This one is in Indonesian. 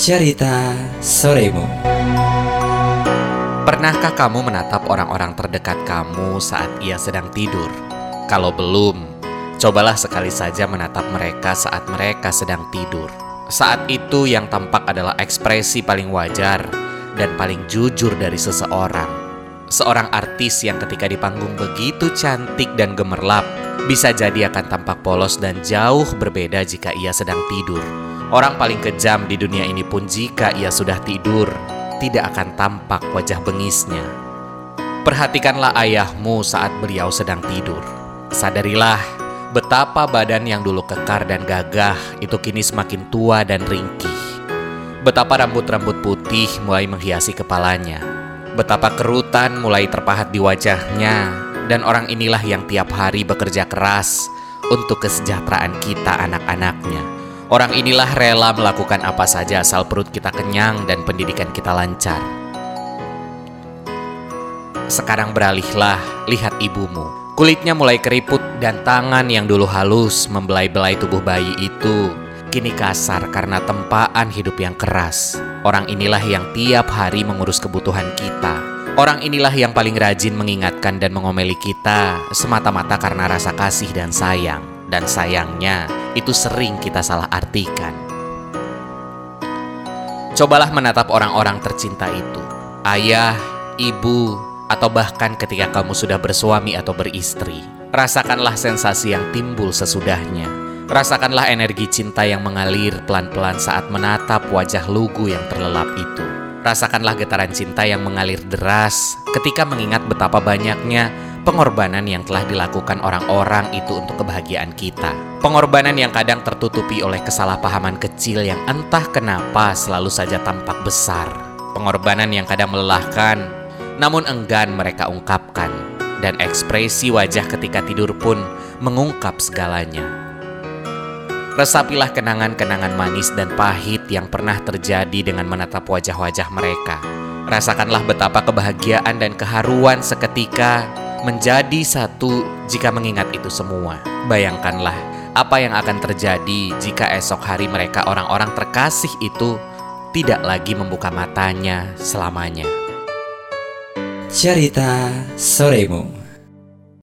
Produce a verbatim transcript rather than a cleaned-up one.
Cerita Soremu. Pernahkah kamu menatap orang-orang terdekat kamu saat ia sedang tidur? Kalau belum, cobalah sekali saja menatap mereka saat mereka sedang tidur. Saat itu yang tampak adalah ekspresi paling wajar dan paling jujur dari seseorang. Seorang artis yang ketika di panggung begitu cantik dan gemerlap, bisa jadi akan tampak polos dan jauh berbeda jika ia sedang tidur. Orang paling kejam di dunia ini pun jika ia sudah tidur, tidak akan tampak wajah bengisnya. Perhatikanlah ayahmu saat beliau sedang tidur. Sadarilah betapa badan yang dulu kekar dan gagah itu kini semakin tua dan ringkih. Betapa rambut-rambut putih mulai menghiasi kepalanya. Betapa kerutan mulai terpahat di wajahnya. Dan orang inilah yang tiap hari bekerja keras untuk kesejahteraan kita anak-anaknya. Orang inilah rela melakukan apa saja asal perut kita kenyang dan pendidikan kita lancar. Sekarang beralihlah, lihat ibumu. Kulitnya mulai keriput dan tangan yang dulu halus membelai-belai tubuh bayi itu kini kasar karena tempaan hidup yang keras. Orang inilah yang tiap hari mengurus kebutuhan kita. Orang inilah yang paling rajin mengingatkan dan mengomeli kita semata-mata karena rasa kasih dan sayang. Dan sayangnya, itu sering kita salah artikan. Cobalah menatap orang-orang tercinta itu. Ayah, ibu, atau bahkan ketika kamu sudah bersuami atau beristri. Rasakanlah sensasi yang timbul sesudahnya. Rasakanlah energi cinta yang mengalir pelan-pelan saat menatap wajah lugu yang terlelap itu. Rasakanlah getaran cinta yang mengalir deras ketika mengingat betapa banyaknya pengorbanan yang telah dilakukan orang-orang itu untuk kebahagiaan kita. Pengorbanan yang kadang tertutupi oleh kesalahpahaman kecil yang entah kenapa selalu saja tampak besar. Pengorbanan yang kadang melelahkan, namun enggan mereka ungkapkan. Dan ekspresi wajah ketika tidur pun mengungkap segalanya. Resapilah kenangan-kenangan manis dan pahit yang pernah terjadi dengan menatap wajah-wajah mereka. Rasakanlah betapa kebahagiaan dan keharuan seketika menjadi satu jika mengingat itu semua. Bayangkanlah apa yang akan terjadi jika esok hari mereka orang-orang terkasih itu tidak lagi membuka matanya selamanya. Cerita Soremu.